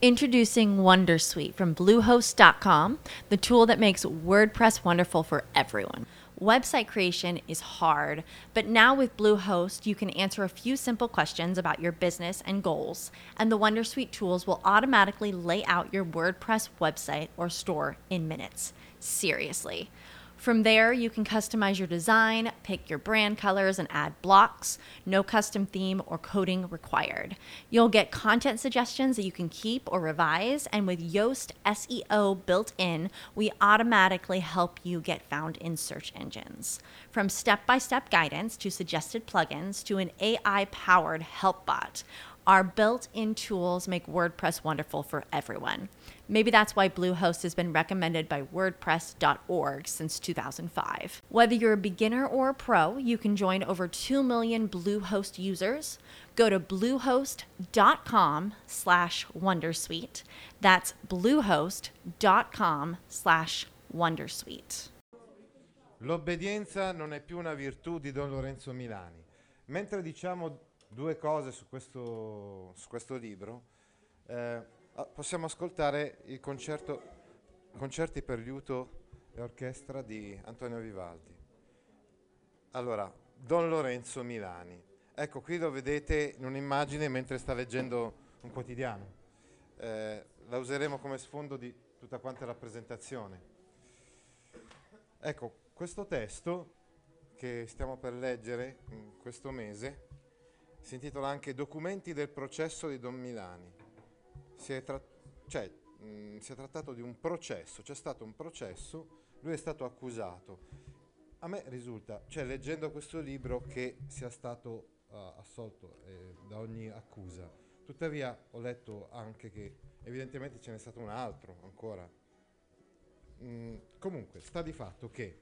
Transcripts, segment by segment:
Introducing Wondersuite from Bluehost.com, the tool that makes WordPress wonderful for everyone. Website creation is hard, but now with Bluehost, you can answer a few simple questions about your business and goals, and the Wondersuite tools will automatically lay out your WordPress website or store in minutes. Seriously. From there, you can customize your design, pick your brand colors, and add blocks. No custom theme or coding required. You'll get content suggestions that you can keep or revise, and with Yoast SEO built in, we automatically help you get found in search engines. From step-by-step guidance to suggested plugins to an AI-powered help bot, our built-in tools make WordPress wonderful for everyone. Maybe that's why Bluehost has been recommended by WordPress.org since 2005. Whether you're a beginner or a pro, you can join over 2 million Bluehost users. Go to bluehost.com/wondersuite. That's bluehost.com/wondersuite. L'obbedienza non è più una virtù di Don Lorenzo Milani. Mentre diciamo due cose su questo libro, possiamo ascoltare il concerti per liuto e orchestra di Antonio Vivaldi. Allora, Don Lorenzo Milani. Ecco, qui lo vedete in un'immagine mentre sta leggendo un quotidiano. La useremo come sfondo di tutta quanta la presentazione. Ecco, questo testo che stiamo per leggere in questo mese si intitola anche Documenti del processo di Don Milani. Si è trattato di un processo, c'è stato un processo, lui è stato accusato. A me risulta, leggendo questo libro, che sia stato assolto da ogni accusa. Tuttavia ho letto anche che evidentemente ce n'è stato un altro ancora. Comunque, sta di fatto che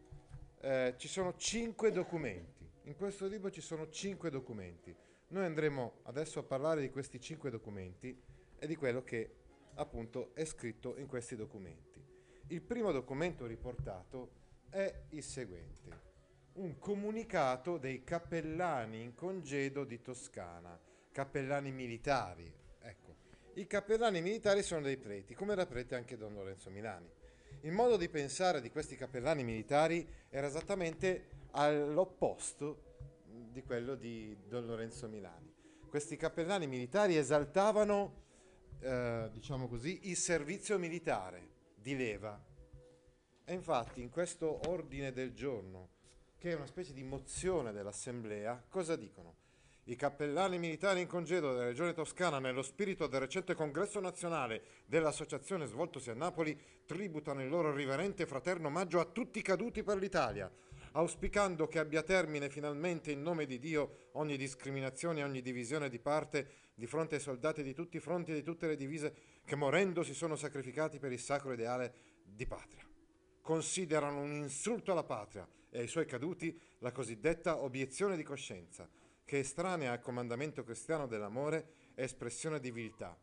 ci sono 5 documenti. In questo libro ci sono 5 documenti. Noi andremo adesso a parlare di questi 5 documenti e di quello che appunto è scritto in questi documenti. Il primo documento riportato è il seguente: un comunicato dei cappellani in congedo di Toscana, cappellani militari. Ecco, i cappellani militari sono dei preti, come era prete anche Don Lorenzo Milani. Il modo di pensare di questi cappellani militari era esattamente all'opposto di quello di Don Lorenzo Milani. Questi cappellani militari esaltavano, diciamo così, il servizio militare di leva. E infatti in questo ordine del giorno, che è una specie di mozione dell'Assemblea, cosa dicono? I cappellani militari in congedo della regione toscana, nello spirito del recente congresso nazionale dell'associazione svoltosi a Napoli, tributano il loro riverente e fraterno omaggio a tutti i caduti per l'Italia, auspicando che abbia termine finalmente in nome di Dio ogni discriminazione e ogni divisione di parte di fronte ai soldati di tutti i fronti e di tutte le divise che morendo si sono sacrificati per il sacro ideale di patria. Considerano un insulto alla patria e ai suoi caduti la cosiddetta obiezione di coscienza, che estranea al comandamento cristiano dell'amore è espressione di viltà.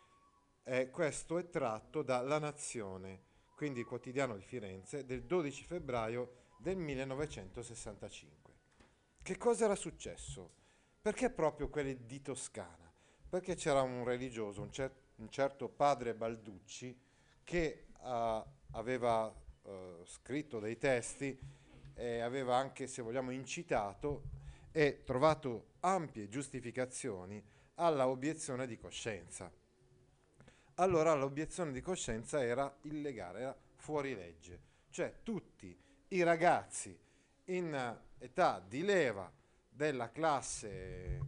E questo è tratto da La Nazione, quindi il quotidiano di Firenze, del 12 febbraio del 1965. Che cosa era successo? Perché proprio quelli di Toscana? Perché c'era un religioso, un certo padre Balducci, che aveva scritto dei testi e aveva anche, se vogliamo, incitato e trovato ampie giustificazioni alla obiezione di coscienza. Allora l'obiezione di coscienza era illegale, era fuori legge. Cioè tutti i ragazzi in età di leva della classe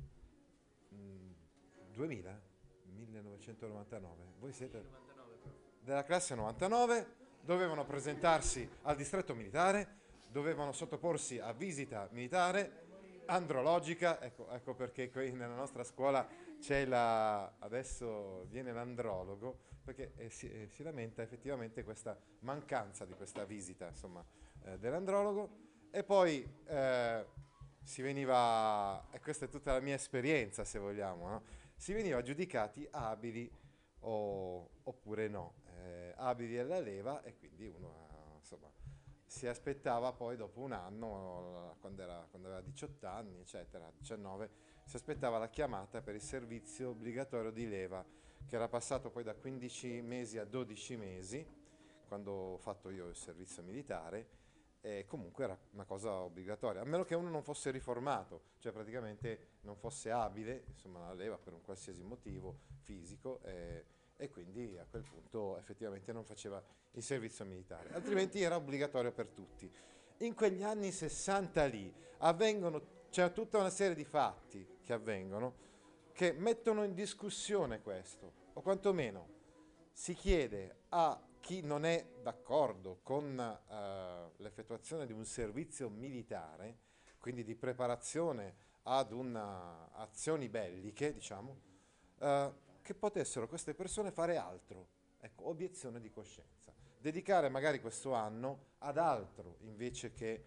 1999, voi siete della classe 99, dovevano presentarsi al distretto militare, dovevano sottoporsi a visita militare andrologica. Ecco perché qui nella nostra scuola adesso viene l'andrologo, perché si lamenta effettivamente questa mancanza di questa visita, insomma, dell'andrologo. E poi si veniva, e questa è tutta la mia esperienza, se vogliamo, no? Si veniva giudicati abili oppure no, abili alla leva, e quindi uno insomma si aspettava poi dopo un anno, quando aveva 18 anni, eccetera, 19, si aspettava la chiamata per il servizio obbligatorio di leva, che era passato poi da 15 mesi a 12 mesi, quando ho fatto io il servizio militare, e comunque era una cosa obbligatoria, a meno che uno non fosse riformato, cioè praticamente non fosse abile, insomma, alla leva per un qualsiasi motivo fisico, e quindi a quel punto effettivamente non faceva il servizio militare, altrimenti era obbligatorio per tutti. In quegli anni 60 lì c'è tutta una serie di fatti che avvengono che mettono in discussione questo, o quantomeno si chiede a chi non è d'accordo con l'effettuazione di un servizio militare, quindi di preparazione ad azioni belliche, diciamo, che potessero queste persone fare altro. Ecco, obiezione di coscienza. Dedicare magari questo anno ad altro invece che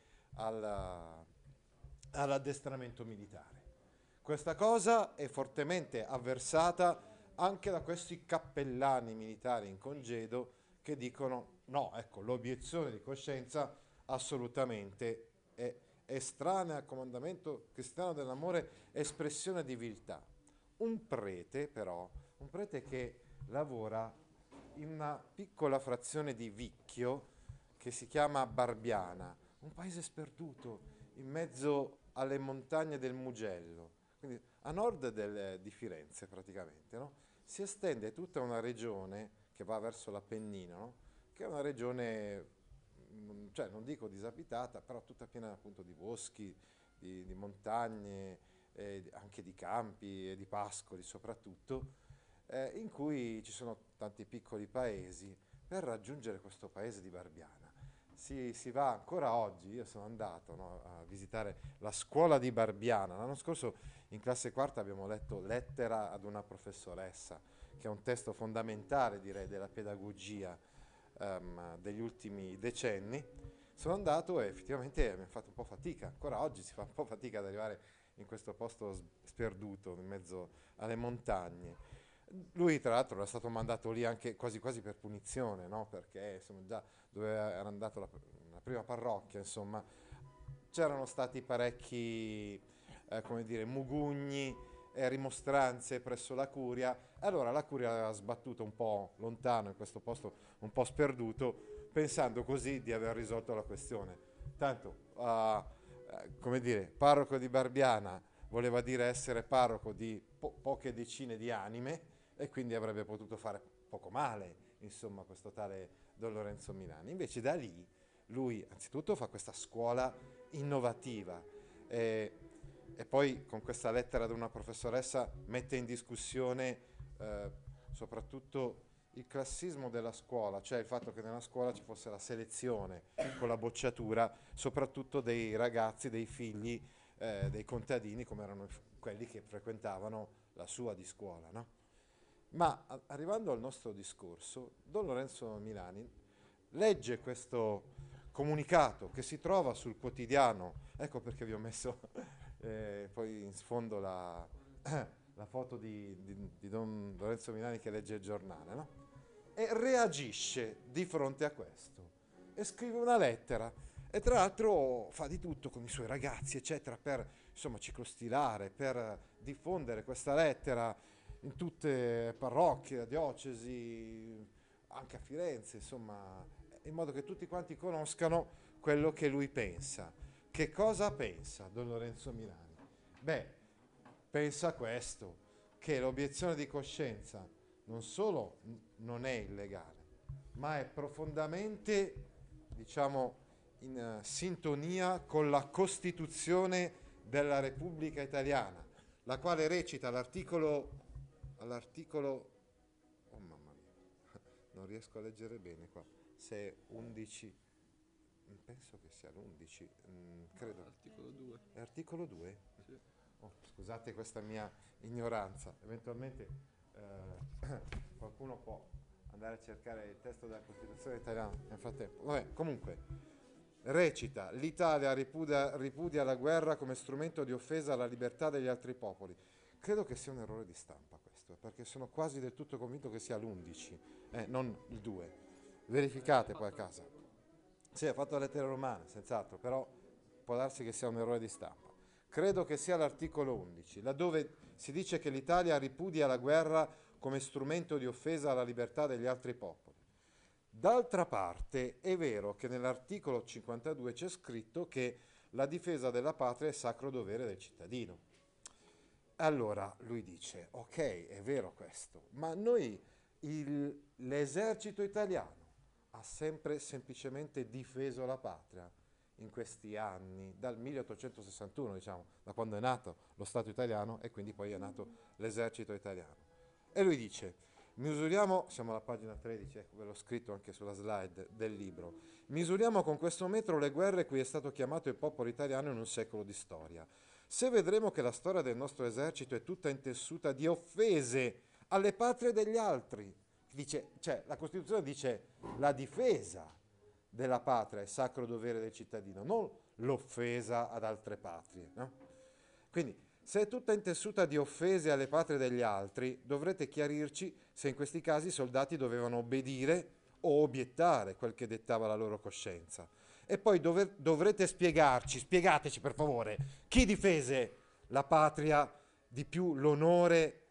all'addestramento militare. Questa cosa è fortemente avversata anche da questi cappellani militari in congedo che dicono no, ecco, l'obiezione di coscienza assolutamente è estranea al comandamento cristiano dell'amore, espressione di viltà. Un prete, però, un prete che lavora in una piccola frazione di Vicchio che si chiama Barbiana, un paese sperduto in mezzo alle montagne del Mugello, quindi a nord di Firenze praticamente, no? Si estende tutta una regione che va verso l'Appennino, no? Che è una regione, cioè non dico disabitata, però tutta piena appunto di boschi, di montagne, anche di campi e di pascoli soprattutto, in cui ci sono tanti piccoli paesi. Per raggiungere questo paese di Barbiana si va ancora oggi, io sono andato, no, a visitare la scuola di Barbiana. L'anno scorso in classe quarta abbiamo letto Lettera ad una professoressa, che è un testo fondamentale, direi, della pedagogia degli ultimi decenni. Sono andato e effettivamente mi ha fatto un po' fatica, ancora oggi si fa un po' fatica ad arrivare in questo posto sperduto in mezzo alle montagne. Lui tra l'altro era stato mandato lì anche quasi quasi per punizione, no? Perché insomma, già dove era andato la prima parrocchia, insomma, c'erano stati parecchi, come dire, mugugni e rimostranze presso la curia. Allora la curia aveva sbattuto un po' lontano in questo posto un po' sperduto, pensando così di aver risolto la questione. Tanto, come dire, parroco di Barbiana voleva dire essere parroco di poche decine di anime e quindi avrebbe potuto fare poco male, insomma, questo tale Don Lorenzo Milani. Invece da lì lui anzitutto fa questa scuola innovativa e poi con questa lettera ad una professoressa mette in discussione soprattutto il classismo della scuola, cioè il fatto che nella scuola ci fosse la selezione con la bocciatura, soprattutto dei ragazzi, dei figli dei contadini, come erano quelli che frequentavano la sua di scuola, no? Ma arrivando al nostro discorso, Don Lorenzo Milani legge questo comunicato che si trova sul quotidiano, ecco perché vi ho messo poi in sfondo la foto di Don Lorenzo Milani che legge il giornale, no? E reagisce di fronte a questo e scrive una lettera e tra l'altro fa di tutto con i suoi ragazzi eccetera per insomma ciclostilare, per diffondere questa lettera in tutte le parrocchie, la diocesi, anche a Firenze, insomma, in modo che tutti quanti conoscano quello che lui pensa. Che cosa pensa Don Lorenzo Milani? Beh, pensa questo, che l'obiezione di coscienza non solo non è illegale, ma è profondamente, diciamo, in sintonia con la Costituzione della Repubblica Italiana, la quale recita all'articolo, oh mamma mia, non riesco a leggere bene qua, se è 11, penso che sia l'11, credo. Articolo 2. È articolo 2? Sì. Oh, scusate questa mia ignoranza, eventualmente qualcuno può andare a cercare il testo della Costituzione italiana nel frattempo. Vabbè, comunque, recita: l'Italia ripudia la guerra come strumento di offesa alla libertà degli altri popoli. Credo che sia un errore di stampa questo, perché sono quasi del tutto convinto che sia l'11, non il 2. Verificate poi a casa. Sì, ha fatto la lettera romana, senz'altro, però può darsi che sia un errore di stampa. Credo che sia l'articolo 11, laddove si dice che l'Italia ripudia la guerra come strumento di offesa alla libertà degli altri popoli. D'altra parte è vero che nell'articolo 52 c'è scritto che la difesa della patria è sacro dovere del cittadino. Allora lui dice, ok, è vero questo, ma l'esercito italiano ha sempre semplicemente difeso la patria in questi anni, dal 1861, diciamo, da quando è nato lo Stato italiano e quindi poi è nato l'esercito italiano. E lui dice, misuriamo, siamo alla pagina 13, ecco, ve l'ho scritto anche sulla slide del libro, misuriamo con questo metro le guerre cui è stato chiamato il popolo italiano in un secolo di storia. Se vedremo che la storia del nostro esercito è tutta intessuta di offese alle patrie degli altri, cioè la Costituzione dice la difesa della patria è sacro dovere del cittadino, non l'offesa ad altre patrie. No? Quindi, se è tutta intessuta di offese alle patrie degli altri, dovrete chiarirci se in questi casi i soldati dovevano obbedire o obiettare quel che dettava la loro coscienza. E poi dovrete spiegateci per favore, chi difese la patria di più, l'onore,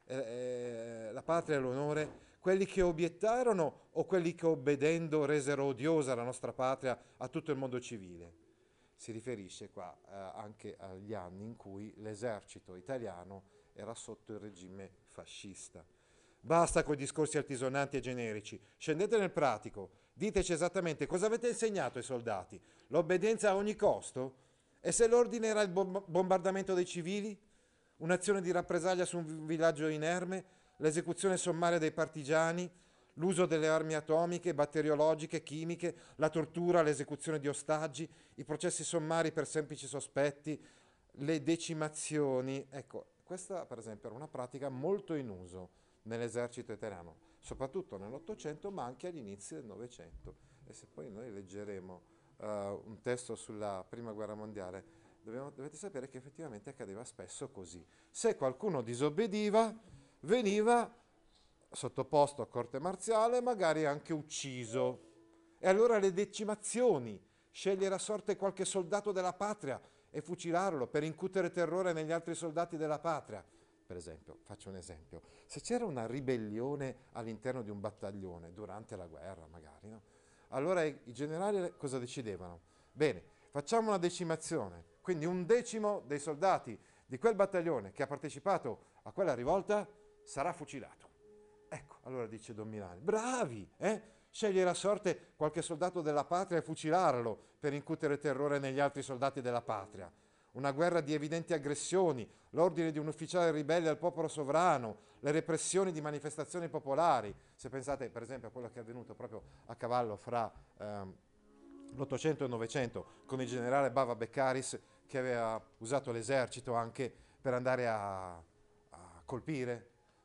la patria e l'onore, quelli che obiettarono o quelli che obbedendo resero odiosa la nostra patria a tutto il mondo civile? Si riferisce qua anche agli anni in cui l'esercito italiano era sotto il regime fascista. Basta con i discorsi altisonanti e generici, scendete nel pratico, diteci esattamente cosa avete insegnato ai soldati, l'obbedienza a ogni costo? E se l'ordine era il bombardamento dei civili? Un'azione di rappresaglia su un villaggio inerme? L'esecuzione sommaria dei partigiani? L'uso delle armi atomiche, batteriologiche, chimiche, la tortura, l'esecuzione di ostaggi, i processi sommari per semplici sospetti, le decimazioni? Ecco, questa per esempio era una pratica molto in uso nell'esercito italiano, soprattutto nell'Ottocento ma anche agli inizi del Novecento. E se poi noi leggeremo un testo sulla Prima Guerra Mondiale, dovete sapere che effettivamente accadeva spesso così. Se qualcuno disobbediva, veniva sottoposto a corte marziale, magari anche ucciso. E allora le decimazioni, scegliere a sorte qualche soldato della patria e fucilarlo per incutere terrore negli altri soldati della patria. Per esempio, faccio un esempio, se c'era una ribellione all'interno di un battaglione durante la guerra magari, no? Allora i generali cosa decidevano? Bene, facciamo una decimazione, quindi 1/10 dei soldati di quel battaglione che ha partecipato a quella rivolta sarà fucilato. Ecco, allora dice Don Milani, bravi, scegliere a sorte qualche soldato della patria e fucilarlo per incutere terrore negli altri soldati della patria. Una guerra di evidenti aggressioni, l'ordine di un ufficiale ribelle al popolo sovrano, le repressioni di manifestazioni popolari. Se pensate per esempio a quello che è avvenuto proprio a cavallo fra l'Ottocento e il Novecento con il generale Bava Beccaris che aveva usato l'esercito anche per andare a colpire,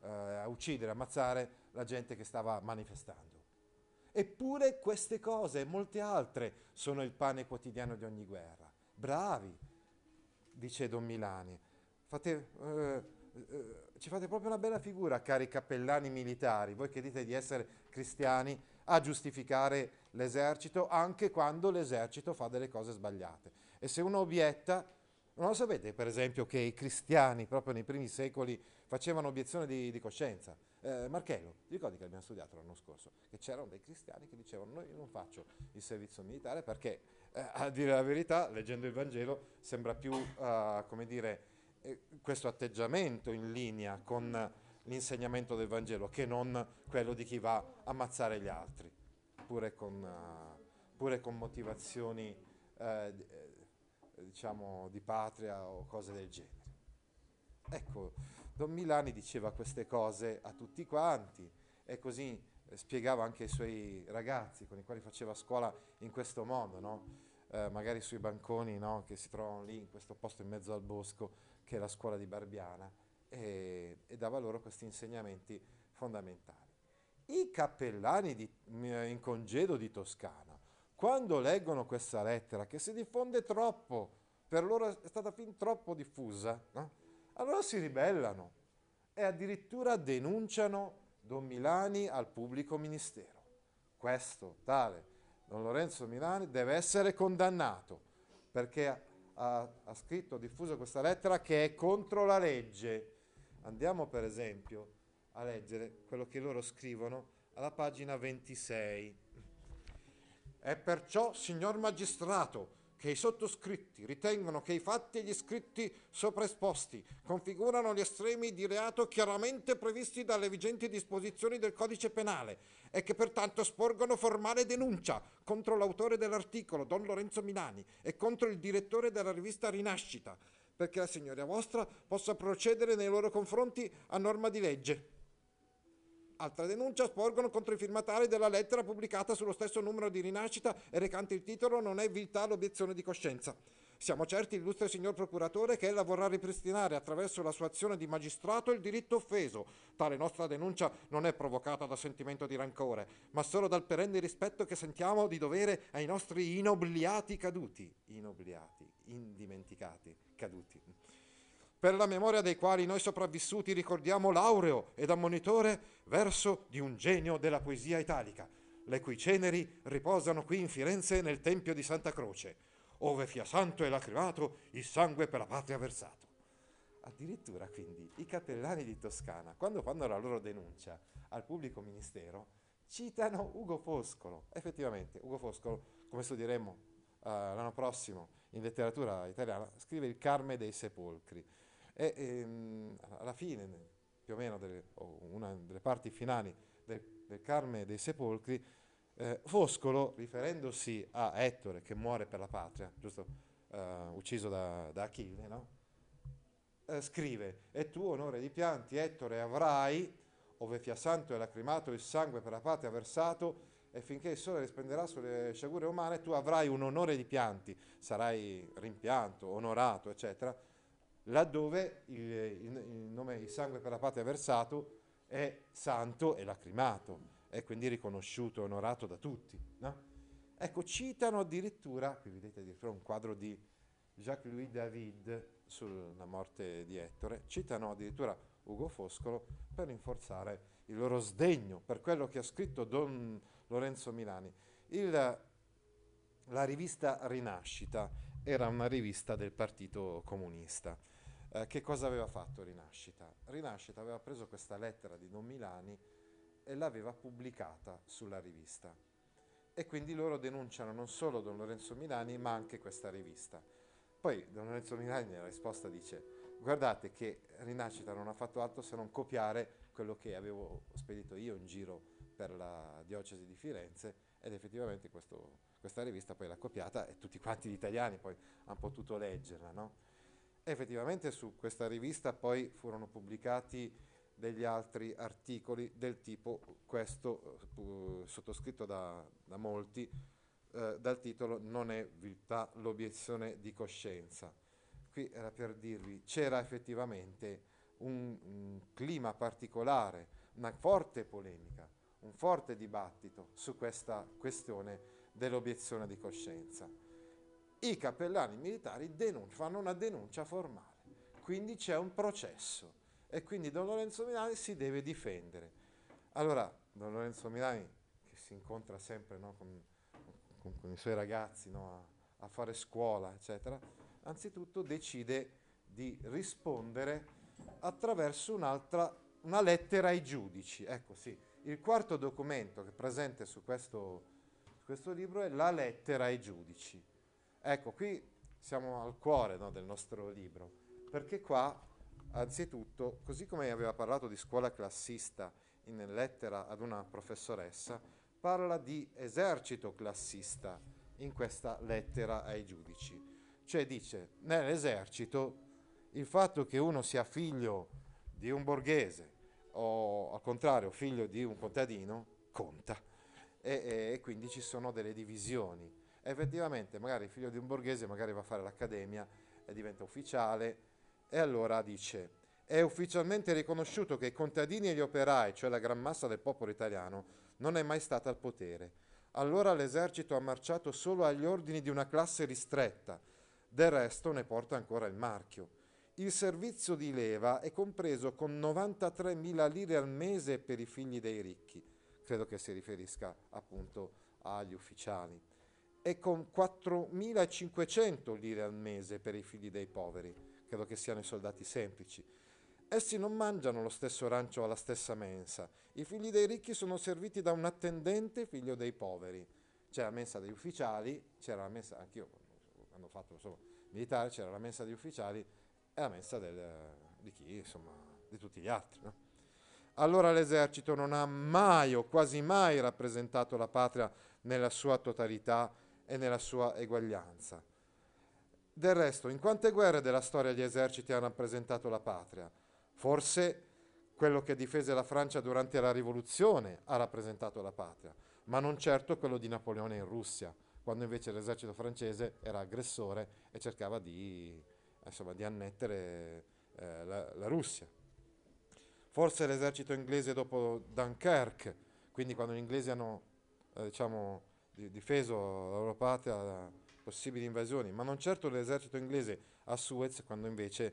a uccidere, ammazzare la gente che stava manifestando. Eppure queste cose e molte altre sono il pane quotidiano di ogni guerra. Bravi, dice Don Milani, ci fate proprio una bella figura, cari cappellani militari, voi che dite di essere cristiani, a giustificare l'esercito anche quando l'esercito fa delle cose sbagliate. E se uno obietta, non lo sapete per esempio che i cristiani proprio nei primi secoli facevano obiezione di coscienza? Marchello, ti ricordi che abbiamo studiato l'anno scorso? Che c'erano dei cristiani che dicevano noi non faccio il servizio militare perché a dire la verità, leggendo il Vangelo, sembra più, come dire, questo atteggiamento in linea con l'insegnamento del Vangelo che non quello di chi va a ammazzare gli altri, pure con motivazioni diciamo di patria o cose del genere. Ecco, Don Milani diceva queste cose a tutti quanti e così spiegava anche ai suoi ragazzi con i quali faceva scuola in questo modo, no? Magari sui banconi, no? Che si trovano lì in questo posto in mezzo al bosco che è la scuola di Barbiana e dava loro questi insegnamenti fondamentali. I cappellani in congedo di Toscana, quando leggono questa lettera che si diffonde troppo, per loro è stata fin troppo diffusa, no? Allora si ribellano e addirittura denunciano Don Milani al pubblico ministero. Questo tale Don Lorenzo Milani deve essere condannato perché ha scritto, ha diffuso questa lettera che è contro la legge. Andiamo per esempio a leggere quello che loro scrivono alla pagina 26. È perciò, signor magistrato, che i sottoscritti ritengono che i fatti e gli scritti sopraesposti configurano gli estremi di reato chiaramente previsti dalle vigenti disposizioni del Codice Penale e che pertanto sporgono formale denuncia contro l'autore dell'articolo, Don Lorenzo Milani, e contro il direttore della rivista Rinascita, perché la signoria vostra possa procedere nei loro confronti a norma di legge. Altra denuncia sporgono contro i firmatari della lettera pubblicata sullo stesso numero di Rinascita e recante il titolo "Non è viltà l'obiezione di coscienza". Siamo certi, illustre signor procuratore, che ella vorrà ripristinare attraverso la sua azione di magistrato il diritto offeso. Tale nostra denuncia non è provocata da sentimento di rancore, ma solo dal perenne rispetto che sentiamo di dovere ai nostri inobliati caduti. Inobliati, indimenticati, caduti. Per la memoria dei quali noi sopravvissuti ricordiamo l'aureo ed ammonitore verso di un genio della poesia italica, le cui ceneri riposano qui in Firenze nel Tempio di Santa Croce, ove fia santo e lacrimato il sangue per la patria versato. Addirittura quindi i cappellani di Toscana, quando fanno la loro denuncia al pubblico ministero, citano Ugo Foscolo. Effettivamente Ugo Foscolo, come studieremo l'anno prossimo in letteratura italiana, scrive il Carme dei Sepolcri. E alla fine, più o meno, una delle parti finali del Carme dei Sepolcri, Foscolo, riferendosi a Ettore che muore per la patria, giusto, ucciso da Achille, no? Scrive: "E tu, onore di pianti, Ettore, avrai, ove fia santo e lacrimato il sangue per la patria versato, e finché il sole risplenderà sulle sciagure umane, tu avrai un onore di pianti, sarai rimpianto, onorato, eccetera, laddove il sangue per la patria versato è santo e lacrimato, è quindi riconosciuto e onorato da tutti, no? Ecco, citano addirittura, qui vedete addirittura un quadro di Jacques-Louis David sulla morte di Ettore, citano addirittura Ugo Foscolo per rinforzare il loro sdegno per quello che ha scritto Don Lorenzo Milani. La rivista Rinascita era una rivista del Partito Comunista. Che cosa aveva fatto Rinascita? Rinascita aveva preso questa lettera di Don Milani e l'aveva pubblicata sulla rivista. E quindi loro denunciano non solo Don Lorenzo Milani, ma anche questa rivista. Poi Don Lorenzo Milani nella risposta dice: guardate che Rinascita non ha fatto altro se non copiare quello che avevo spedito io in giro per la diocesi di Firenze, ed effettivamente questa rivista poi l'ha copiata e tutti quanti gli italiani poi hanno potuto leggerla, no? Effettivamente su questa rivista poi furono pubblicati degli altri articoli del tipo questo, sottoscritto da molti, dal titolo "Non è viltà l'obiezione di coscienza". Qui era per dirvi, c'era effettivamente un clima particolare, una forte polemica, un forte dibattito su questa questione dell'obiezione di coscienza. I cappellani militari fanno una denuncia formale, quindi c'è un processo e quindi Don Lorenzo Milani si deve difendere. Allora, Don Lorenzo Milani, che si incontra sempre, no, con i suoi ragazzi, no, a fare scuola, eccetera, anzitutto decide di rispondere attraverso una lettera ai giudici. Ecco, sì, il quarto documento che è presente su questo libro è la lettera ai giudici. Ecco, qui siamo al cuore, no, del nostro libro, perché qua, anzitutto, così come aveva parlato di scuola classista in lettera ad una professoressa, parla di esercito classista in questa lettera ai giudici. Cioè dice, nell'esercito il fatto che uno sia figlio di un borghese o al contrario figlio di un contadino conta, e quindi ci sono delle divisioni. Effettivamente magari il figlio di un borghese magari va a fare l'accademia e diventa ufficiale, e allora dice: è ufficialmente riconosciuto che i contadini e gli operai, cioè la gran massa del popolo italiano, non è mai stata al potere. Allora l'esercito ha marciato solo agli ordini di una classe ristretta, del resto ne porta ancora il marchio. Il servizio di leva è compreso con 93.000 lire al mese per i figli dei ricchi, credo che si riferisca appunto agli ufficiali, e con 4.500 lire al mese per i figli dei poveri, credo che siano i soldati semplici. Essi non mangiano lo stesso rancio alla stessa mensa. I figli dei ricchi sono serviti da un attendente figlio dei poveri. C'è la mensa degli ufficiali, c'era la mensa, anch'io quando ho fatto insomma, militare, c'era la mensa degli ufficiali e la mensa di chi, insomma, di tutti gli altri, no? Allora l'esercito non ha mai o quasi mai rappresentato la patria nella sua totalità e nella sua eguaglianza. Del resto, in quante guerre della storia gli eserciti hanno rappresentato la patria? Forse quello che difese la Francia durante la rivoluzione ha rappresentato la patria, ma non certo quello di Napoleone in Russia, quando invece l'esercito francese era aggressore e cercava insomma, di annettere la Russia. Forse l'esercito inglese dopo Dunkerque, quindi quando gli inglesi hanno diciamo, difeso la loro patria da possibili invasioni, ma non certo l'esercito inglese a Suez, quando invece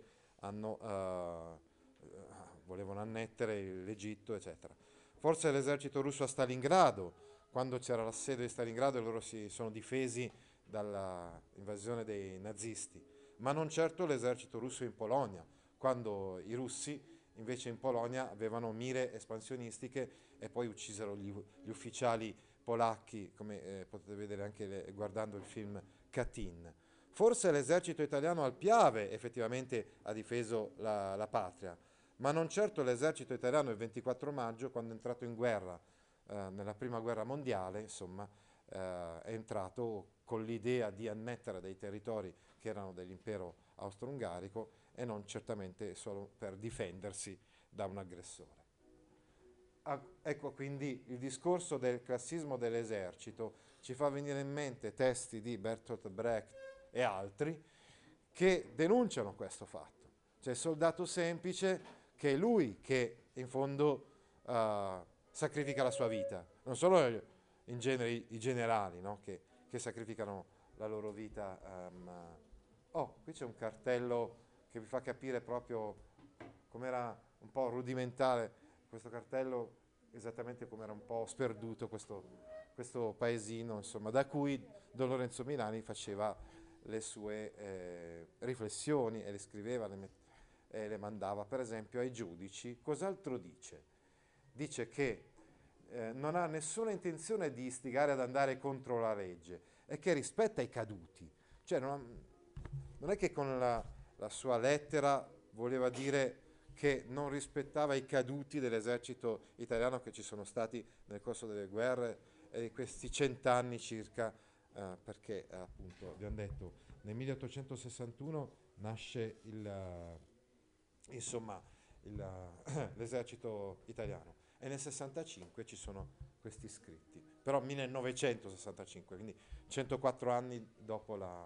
volevano annettere l'Egitto, eccetera. Forse l'esercito russo a Stalingrado, quando c'era l'assedio di Stalingrado e loro si sono difesi dall'invasione dei nazisti, ma non certo l'esercito russo in Polonia, quando i russi invece in Polonia avevano mire espansionistiche e poi uccisero gli ufficiali polacchi, come potete vedere anche guardando il film Katyn. Forse l'esercito italiano al Piave effettivamente ha difeso la patria, ma non certo l'esercito italiano il 24 maggio, quando è entrato in guerra nella prima guerra mondiale, insomma, è entrato con l'idea di annettere dei territori che erano dell'impero austro-ungarico e non certamente solo per difendersi da un aggressore. Ecco quindi il discorso del classismo dell'esercito ci fa venire in mente testi di Bertolt Brecht e altri che denunciano questo fatto. Cioè il soldato semplice che è lui che in fondo sacrifica la sua vita, non solo in genere i generali, no? che sacrificano la loro vita. Oh, qui c'è un cartello che vi fa capire proprio com'era un po' rudimentale questo cartello, esattamente come era un po' sperduto questo paesino, insomma, da cui Don Lorenzo Milani faceva le sue riflessioni e le scriveva e le mandava, per esempio, ai giudici. Cos'altro dice? Dice che non ha nessuna intenzione di istigare ad andare contro la legge e che rispetta i caduti. Cioè non è che con la sua lettera voleva dire che non rispettava i caduti dell'esercito italiano che ci sono stati nel corso delle guerre e di questi 100 anni circa, perché appunto abbiamo detto nel 1861 nasce insomma, l'esercito italiano e nel 65 ci sono questi scritti, però 1965, quindi 104 anni dopo la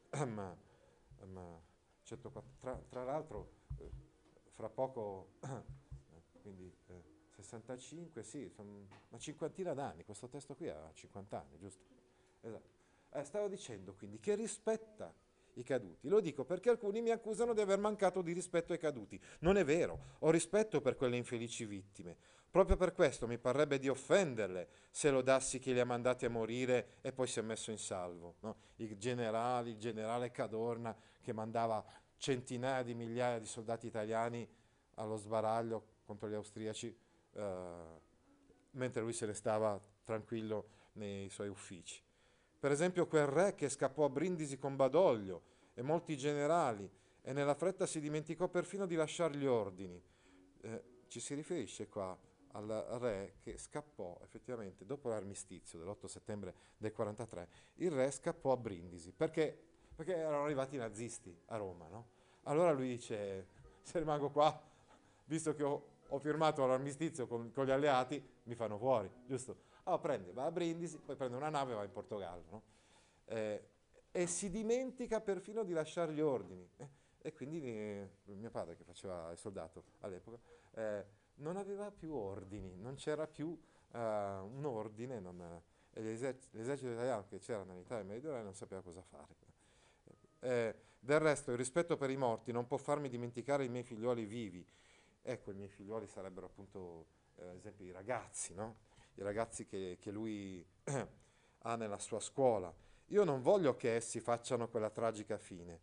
104, tra l'altro fra poco quindi 65, sì, sono una cinquantina d'anni, questo testo qui ha 50 anni, giusto? Esatto. Stavo dicendo quindi che rispetta i caduti. Lo dico perché alcuni mi accusano di aver mancato di rispetto ai caduti. Non è vero, ho rispetto per quelle infelici vittime. Proprio per questo mi parrebbe di offenderle se lodassi chi li ha mandati a morire e poi si è messo in salvo. No? Il generale Cadorna che mandava centinaia di migliaia di soldati italiani allo sbaraglio contro gli austriaci, mentre lui se ne stava tranquillo nei suoi uffici. Per esempio quel re che scappò a Brindisi con Badoglio e molti generali e nella fretta si dimenticò perfino di lasciare gli ordini. Ci si riferisce qua al re che scappò effettivamente dopo l'armistizio dell'8 settembre del 43, il re scappò a Brindisi perché erano arrivati i nazisti a Roma, no? Allora lui dice, se rimango qua, visto che ho firmato l'armistizio con gli alleati, mi fanno fuori, giusto? Allora va a Brindisi, poi prende una nave e va in Portogallo, no? E si dimentica perfino di lasciare gli ordini. E quindi mio padre, che faceva il soldato all'epoca, non aveva più ordini, non c'era più un ordine, e l'esercito italiano che c'era nell'Italia meridionale non sapeva cosa fare. Del resto, il rispetto per i morti non può farmi dimenticare i miei figlioli vivi. Ecco, i miei figlioli sarebbero appunto, ad esempio, i ragazzi, no? I ragazzi che lui ha nella sua scuola. Io non voglio che essi facciano quella tragica fine.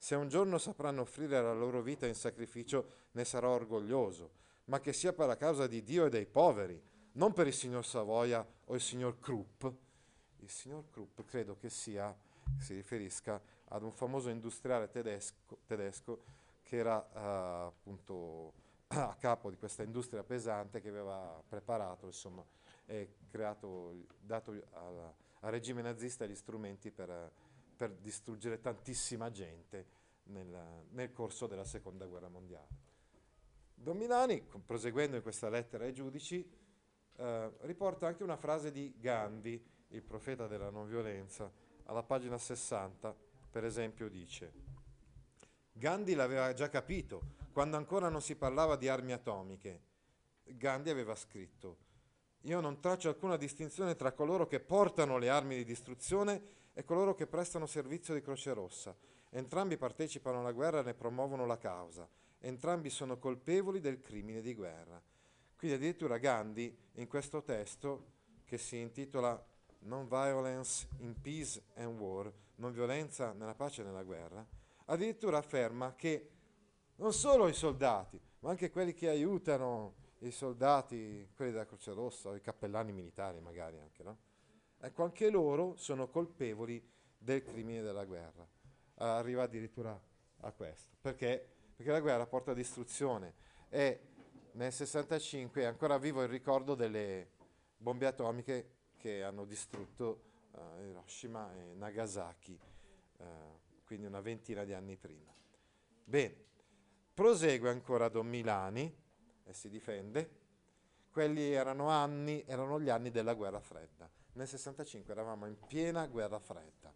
Se un giorno sapranno offrire la loro vita in sacrificio, ne sarò orgoglioso, ma che sia per la causa di Dio e dei poveri, non per il signor Savoia o il signor Krupp. Il signor Krupp credo che si riferisca ad un famoso industriale tedesco che era appunto a capo di questa industria pesante, che aveva preparato, insomma, e creato, dato al regime nazista gli strumenti per distruggere tantissima gente nel corso della seconda guerra mondiale. Don Milani, proseguendo in questa lettera ai giudici, riporta anche una frase di Gandhi, il profeta della non violenza. Alla pagina 60, per esempio, dice: Gandhi l'aveva già capito quando ancora non si parlava di armi atomiche. Gandhi aveva scritto: io non traccio alcuna distinzione tra coloro che portano le armi di distruzione e coloro che prestano servizio di Croce Rossa. Entrambi partecipano alla guerra e ne promuovono la causa. Entrambi sono colpevoli del crimine di guerra. Quindi addirittura Gandhi, in questo testo, che si intitola Non Violence in Peace and War, non violenza nella pace e nella guerra, addirittura afferma che non solo i soldati, ma anche quelli che aiutano i soldati, quelli della Croce Rossa o i cappellani militari magari anche, no? Ecco, anche loro sono colpevoli del crimine della guerra. Arriva addirittura a questo. Perché? Perché la guerra porta a distruzione e nel 65 è ancora vivo il ricordo delle bombe atomiche che hanno distrutto Hiroshima e Nagasaki, quindi una ventina di anni prima. Bene, prosegue ancora Don Milani e si difende. Quelli erano gli anni della guerra fredda. Nel 65 eravamo in piena guerra fredda.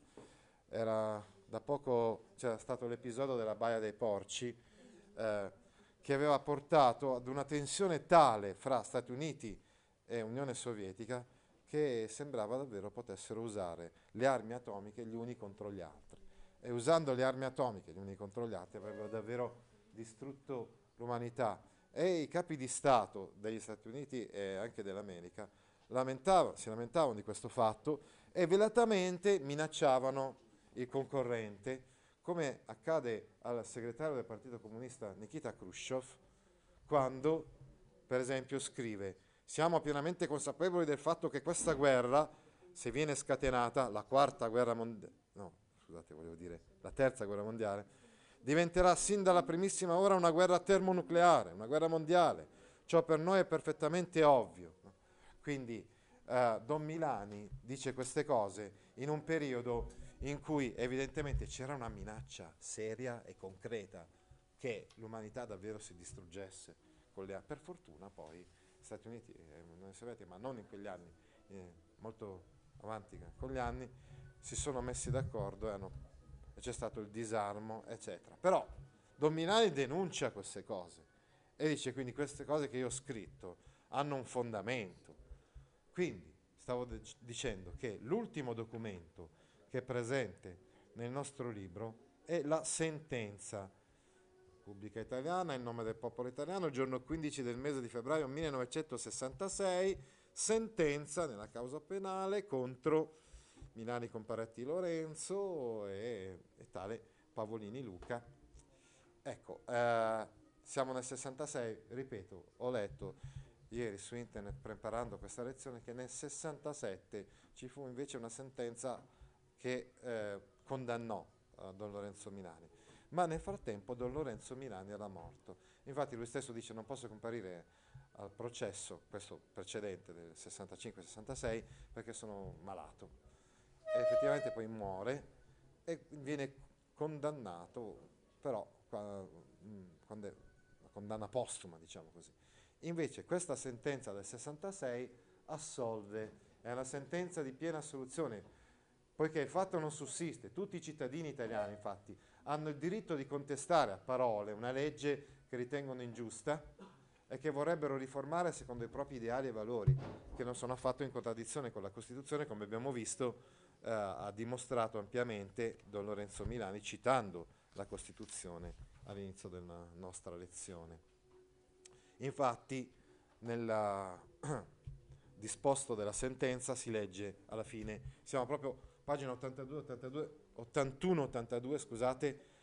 Da poco c'era stato l'episodio della Baia dei Porci, che aveva portato ad una tensione tale fra Stati Uniti e Unione Sovietica che sembrava davvero potessero usare le armi atomiche gli uni contro gli altri. E usando le armi atomiche gli uni contro gli altri avrebbero davvero distrutto l'umanità. E i capi di Stato degli Stati Uniti e anche dell'America si lamentavano di questo fatto e velatamente minacciavano il concorrente, come accade al segretario del Partito Comunista Nikita Khrushchev, quando, per esempio, scrive: siamo pienamente consapevoli del fatto che questa guerra, se viene scatenata, la terza guerra mondiale, diventerà sin dalla primissima ora una guerra termonucleare, una guerra mondiale. Ciò per noi è perfettamente ovvio. Quindi Don Milani dice queste cose in un periodo in cui evidentemente c'era una minaccia seria e concreta che l'umanità davvero si distruggesse. Per fortuna poi Stati Uniti e Unione Sovietica, ma non in quegli anni, molto avanti con gli anni, si sono messi d'accordo e c'è stato il disarmo, eccetera. Però Don Milani denuncia queste cose e dice: quindi queste cose che io ho scritto hanno un fondamento. Quindi stavo dicendo che l'ultimo documento che è presente nel nostro libro è la sentenza Repubblica Italiana, in nome del popolo italiano, il giorno 15 del mese di febbraio 1966, sentenza nella causa penale contro Milani Comparetti Lorenzo e tale Pavolini Luca. Ecco, siamo nel 66, ripeto, ho letto ieri su internet preparando questa lezione che nel 67 ci fu invece una sentenza che condannò Don Lorenzo Milani. Ma nel frattempo Don Lorenzo Milani era morto. Infatti lui stesso dice: non posso comparire al processo, questo precedente del 65-66, perché sono malato. E effettivamente poi muore e viene condannato, però quando è una condanna postuma, diciamo così. Invece questa sentenza del 66 assolve, è una sentenza di piena assoluzione, poiché il fatto non sussiste. Tutti i cittadini italiani, infatti, hanno il diritto di contestare a parole una legge che ritengono ingiusta e che vorrebbero riformare secondo i propri ideali e valori, che non sono affatto in contraddizione con la Costituzione, come abbiamo visto, ha dimostrato ampiamente Don Lorenzo Milani citando la Costituzione all'inizio della nostra lezione. Infatti, nel disposto della sentenza si legge alla fine, siamo proprio pagina 81-82, scusate,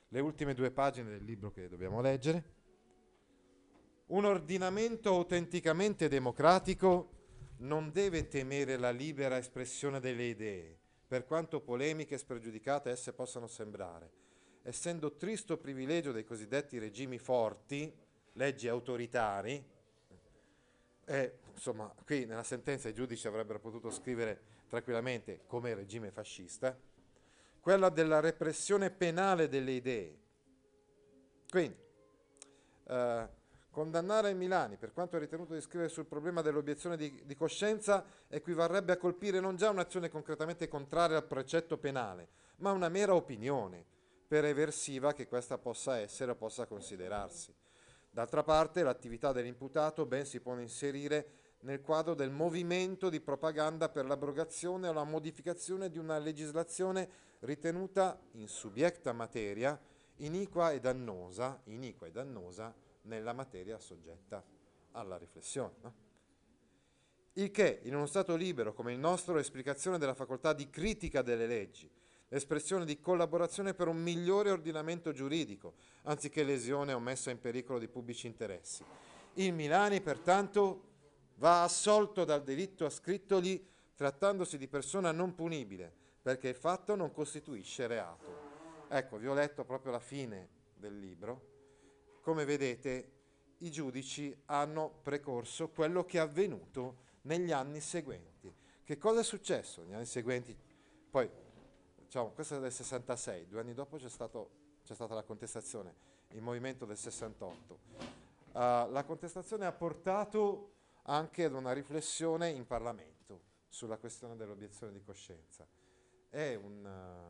le ultime 2 pagine del libro che dobbiamo leggere. Un ordinamento autenticamente democratico non deve temere la libera espressione delle idee, per quanto polemiche e spregiudicate esse possano sembrare, essendo tristo privilegio dei cosiddetti regimi forti, leggi autoritari. Insomma, qui nella sentenza i giudici avrebbero potuto scrivere tranquillamente come il regime fascista, quella della repressione penale delle idee. Quindi, condannare Milani, per quanto ritenuto di scrivere sul problema dell'obiezione di coscienza, equivarrebbe a colpire non già un'azione concretamente contraria al precetto penale, ma una mera opinione, per eversiva che questa possa essere o possa considerarsi. D'altra parte, l'attività dell'imputato ben si può inserire nel quadro del movimento di propaganda per l'abrogazione o la modificazione di una legislazione ritenuta in subiecta materia iniqua e dannosa nella materia soggetta alla riflessione. No? Il che, in uno Stato libero come il nostro, è l'esplicazione della facoltà di critica delle leggi, l'espressione di collaborazione per un migliore ordinamento giuridico, anziché lesione o messa in pericolo di pubblici interessi. Il Milani, pertanto, va assolto dal delitto ascrittogli trattandosi di persona non punibile, perché il fatto non costituisce reato. Ecco, vi ho letto proprio la fine del libro. Come vedete, i giudici hanno precorso quello che è avvenuto negli anni seguenti. Che cosa è successo negli anni seguenti? Poi, diciamo, questo è del 66, 2 anni dopo c'è stata la contestazione, il movimento del 68. La contestazione ha portato anche ad una riflessione in Parlamento sulla questione dell'obiezione di coscienza. È un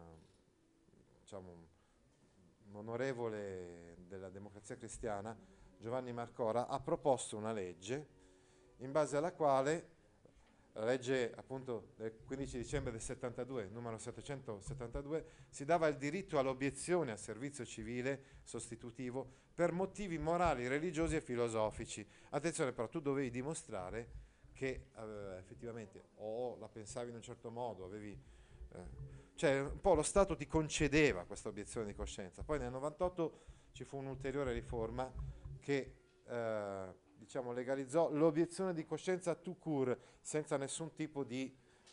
onorevole della Democrazia Cristiana, Giovanni Marcora, ha proposto una legge in base alla quale, la legge appunto del 15 dicembre del 72, numero 772, si dava il diritto all'obiezione al servizio civile sostitutivo per motivi morali, religiosi e filosofici. Attenzione però, tu dovevi dimostrare che effettivamente o la pensavi in un certo modo, cioè un po' lo Stato ti concedeva questa obiezione di coscienza. Poi nel 98 ci fu un'ulteriore riforma che legalizzò l'obiezione di coscienza tout court, senza nessun tipo di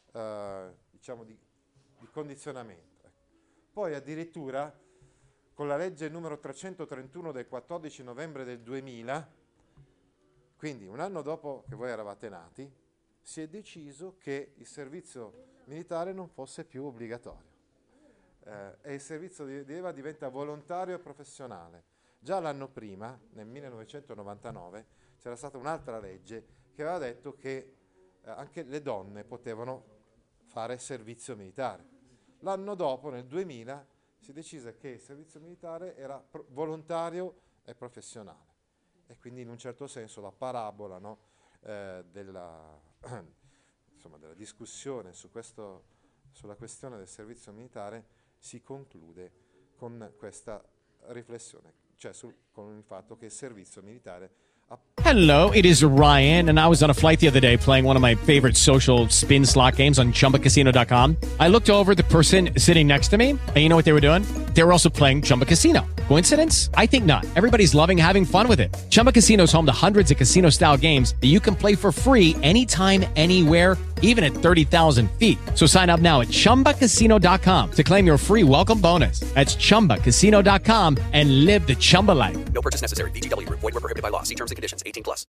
condizionamento. Poi addirittura con la legge numero 331 del 14 novembre del 2000, quindi un anno dopo che voi eravate nati, si è deciso che il servizio militare non fosse più obbligatorio e il servizio di leva diventa volontario e professionale. Già l'anno prima, nel 1999, c'era stata un'altra legge che aveva detto che anche le donne potevano fare servizio militare. L'anno dopo, nel 2000, si decise che il servizio militare era volontario e professionale, e quindi in un certo senso la parabola, no, della discussione sulla questione del servizio militare si conclude con questa riflessione, cioè con il fatto che il servizio militare Hello, it is Ryan, and I was on a flight the other day playing one of my favorite social spin slot games on ChumbaCasino.com. I looked over at the person sitting next to me, and you know what they were doing? They were also playing Chumba Casino. Coincidence? I think not. Everybody's loving having fun with it. Chumba Casino is home to hundreds of casino-style games that you can play for free anytime, anywhere, even at 30,000 feet. So sign up now at ChumbaCasino.com to claim your free welcome bonus. That's ChumbaCasino.com and live the Chumba life. No purchase necessary. VGW. Void where prohibited by law. See terms and conditions. 18+.